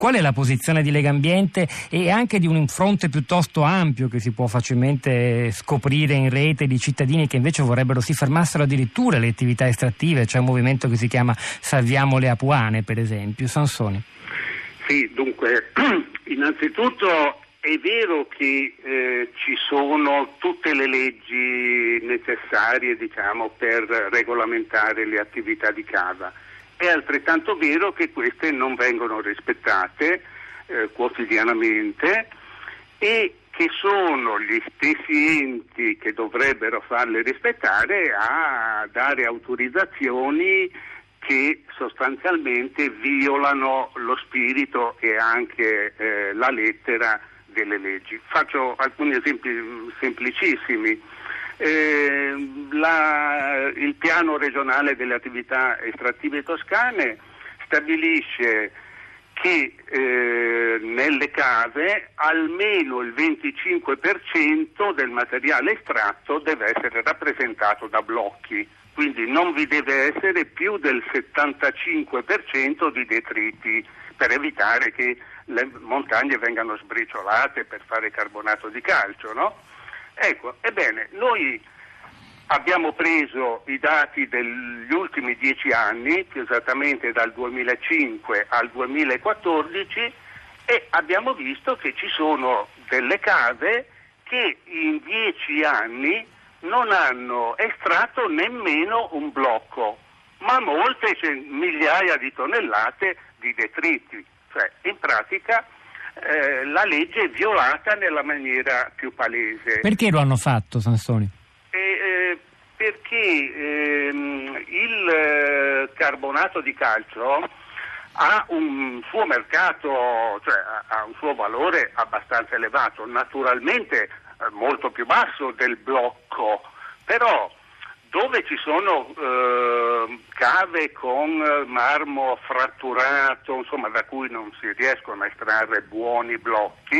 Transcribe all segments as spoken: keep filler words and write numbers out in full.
Qual è la posizione di Legambiente e anche di un fronte piuttosto ampio che si può facilmente scoprire in rete di cittadini che invece vorrebbero si fermassero addirittura le attività estrattive? C'è un movimento che si chiama Salviamo le Apuane, per esempio. Sansoni. Sì, dunque, innanzitutto è vero che eh, ci sono tutte le leggi necessarie, diciamo, per regolamentare le attività di cava. È altrettanto vero che queste non vengono rispettate eh, quotidianamente e che sono gli stessi enti che dovrebbero farle rispettare a dare autorizzazioni che sostanzialmente violano lo spirito e anche eh, la lettera delle leggi. Faccio alcuni esempi semplicissimi. Eh, la, il piano regionale delle attività estrattive toscane stabilisce che eh, nelle cave almeno il venticinque per cento del materiale estratto deve essere rappresentato da blocchi, quindi non vi deve essere più del settantacinque per cento di detriti per evitare che le montagne vengano sbriciolate per fare carbonato di calcio, no? Ecco, ebbene, noi abbiamo preso i dati degli ultimi dieci anni, più esattamente dal duemilacinque al duemilaquattordici, e abbiamo visto che ci sono delle cave che in dieci anni non hanno estratto nemmeno un blocco, ma molte, cioè, migliaia di tonnellate di detriti. Cioè, in pratica eh, la legge è violata nella maniera più palese. Perché lo hanno fatto, Sansoni? Eh, eh, perché ehm, il eh, carbonato di calcio ha un suo mercato, cioè ha un suo valore abbastanza elevato, naturalmente eh, molto più basso del blocco, però dove ci sono eh, cave con marmo fratturato, insomma, da cui non si riescono a estrarre buoni blocchi,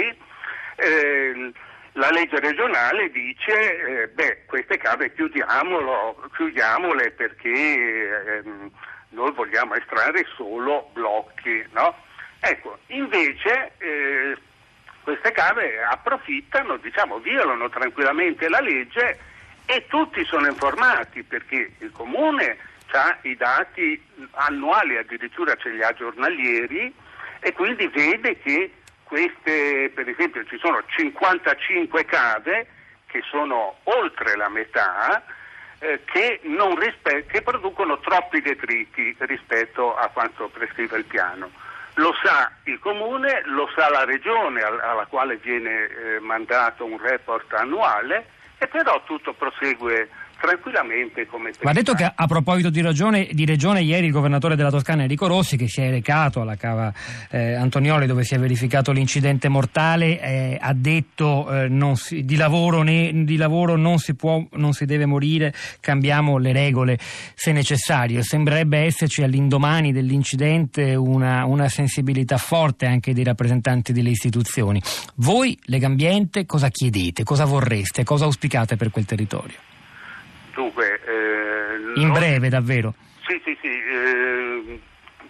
eh, la legge regionale dice eh, beh, queste cave chiudiamolo, chiudiamole perché eh, noi vogliamo estrarre solo blocchi, no? Ecco, invece eh, queste cave approfittano, diciamo, violano tranquillamente la legge e tutti sono informati perché il comune ha i dati annuali, addirittura ce li ha giornalieri, e quindi vede che queste, per esempio, ci sono cinquantacinque cave che sono oltre la metà eh, che, non rispe- che producono troppi detriti rispetto a quanto prescrive il piano. Lo sa il comune, lo sa la regione al- alla quale viene eh, mandato un report annuale, e però tutto prosegue tranquillamente come prima. Va detto che a proposito di regione, di regione ieri il governatore della Toscana Enrico Rossi, che si è recato alla cava eh, Antonioli dove si è verificato l'incidente mortale, eh, ha detto eh, non si, di, lavoro ne, di lavoro non si può, non si deve morire, cambiamo le regole se necessario. Sembrerebbe esserci all'indomani dell'incidente una, una sensibilità forte anche dei rappresentanti delle istituzioni. Voi, Legambiente, cosa chiedete, cosa vorreste, cosa auspicate per quel territorio? Dunque, eh, in noi, breve davvero. Sì, sì, sì. Eh,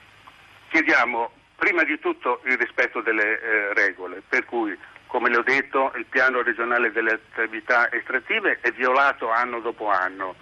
chiediamo prima di tutto il rispetto delle eh, regole, per cui, come le ho detto, il piano regionale delle attività estrattive è violato anno dopo anno.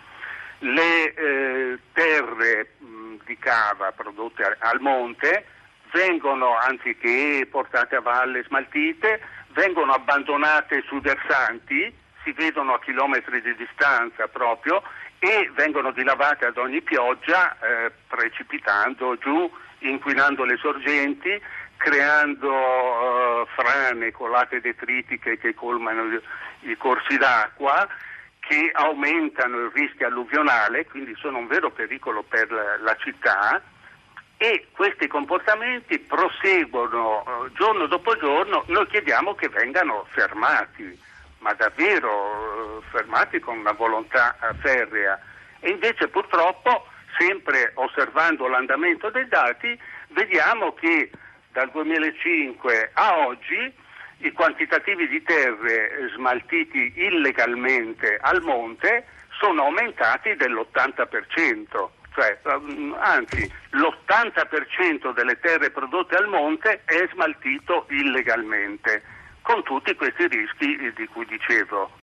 Le eh, terre mh, di cava prodotte a, al monte vengono, anziché portate a valle smaltite, vengono abbandonate sui versanti, si vedono a chilometri di distanza proprio, e vengono dilavate ad ogni pioggia eh, precipitando giù, inquinando le sorgenti, creando eh, frane, colate detritiche che colmano i, i corsi d'acqua, che aumentano il rischio alluvionale, quindi sono un vero pericolo per la, la città, e questi comportamenti proseguono eh, giorno dopo giorno. Noi chiediamo che vengano fermati, ma davvero fermati con una volontà ferrea, e invece purtroppo, sempre osservando l'andamento dei dati, vediamo che dal duemilacinque a oggi i quantitativi di terre smaltiti illegalmente al monte sono aumentati dell'ottanta per cento, cioè anzi l'ottanta per cento delle terre prodotte al monte è smaltito illegalmente, con tutti questi rischi di cui dicevo.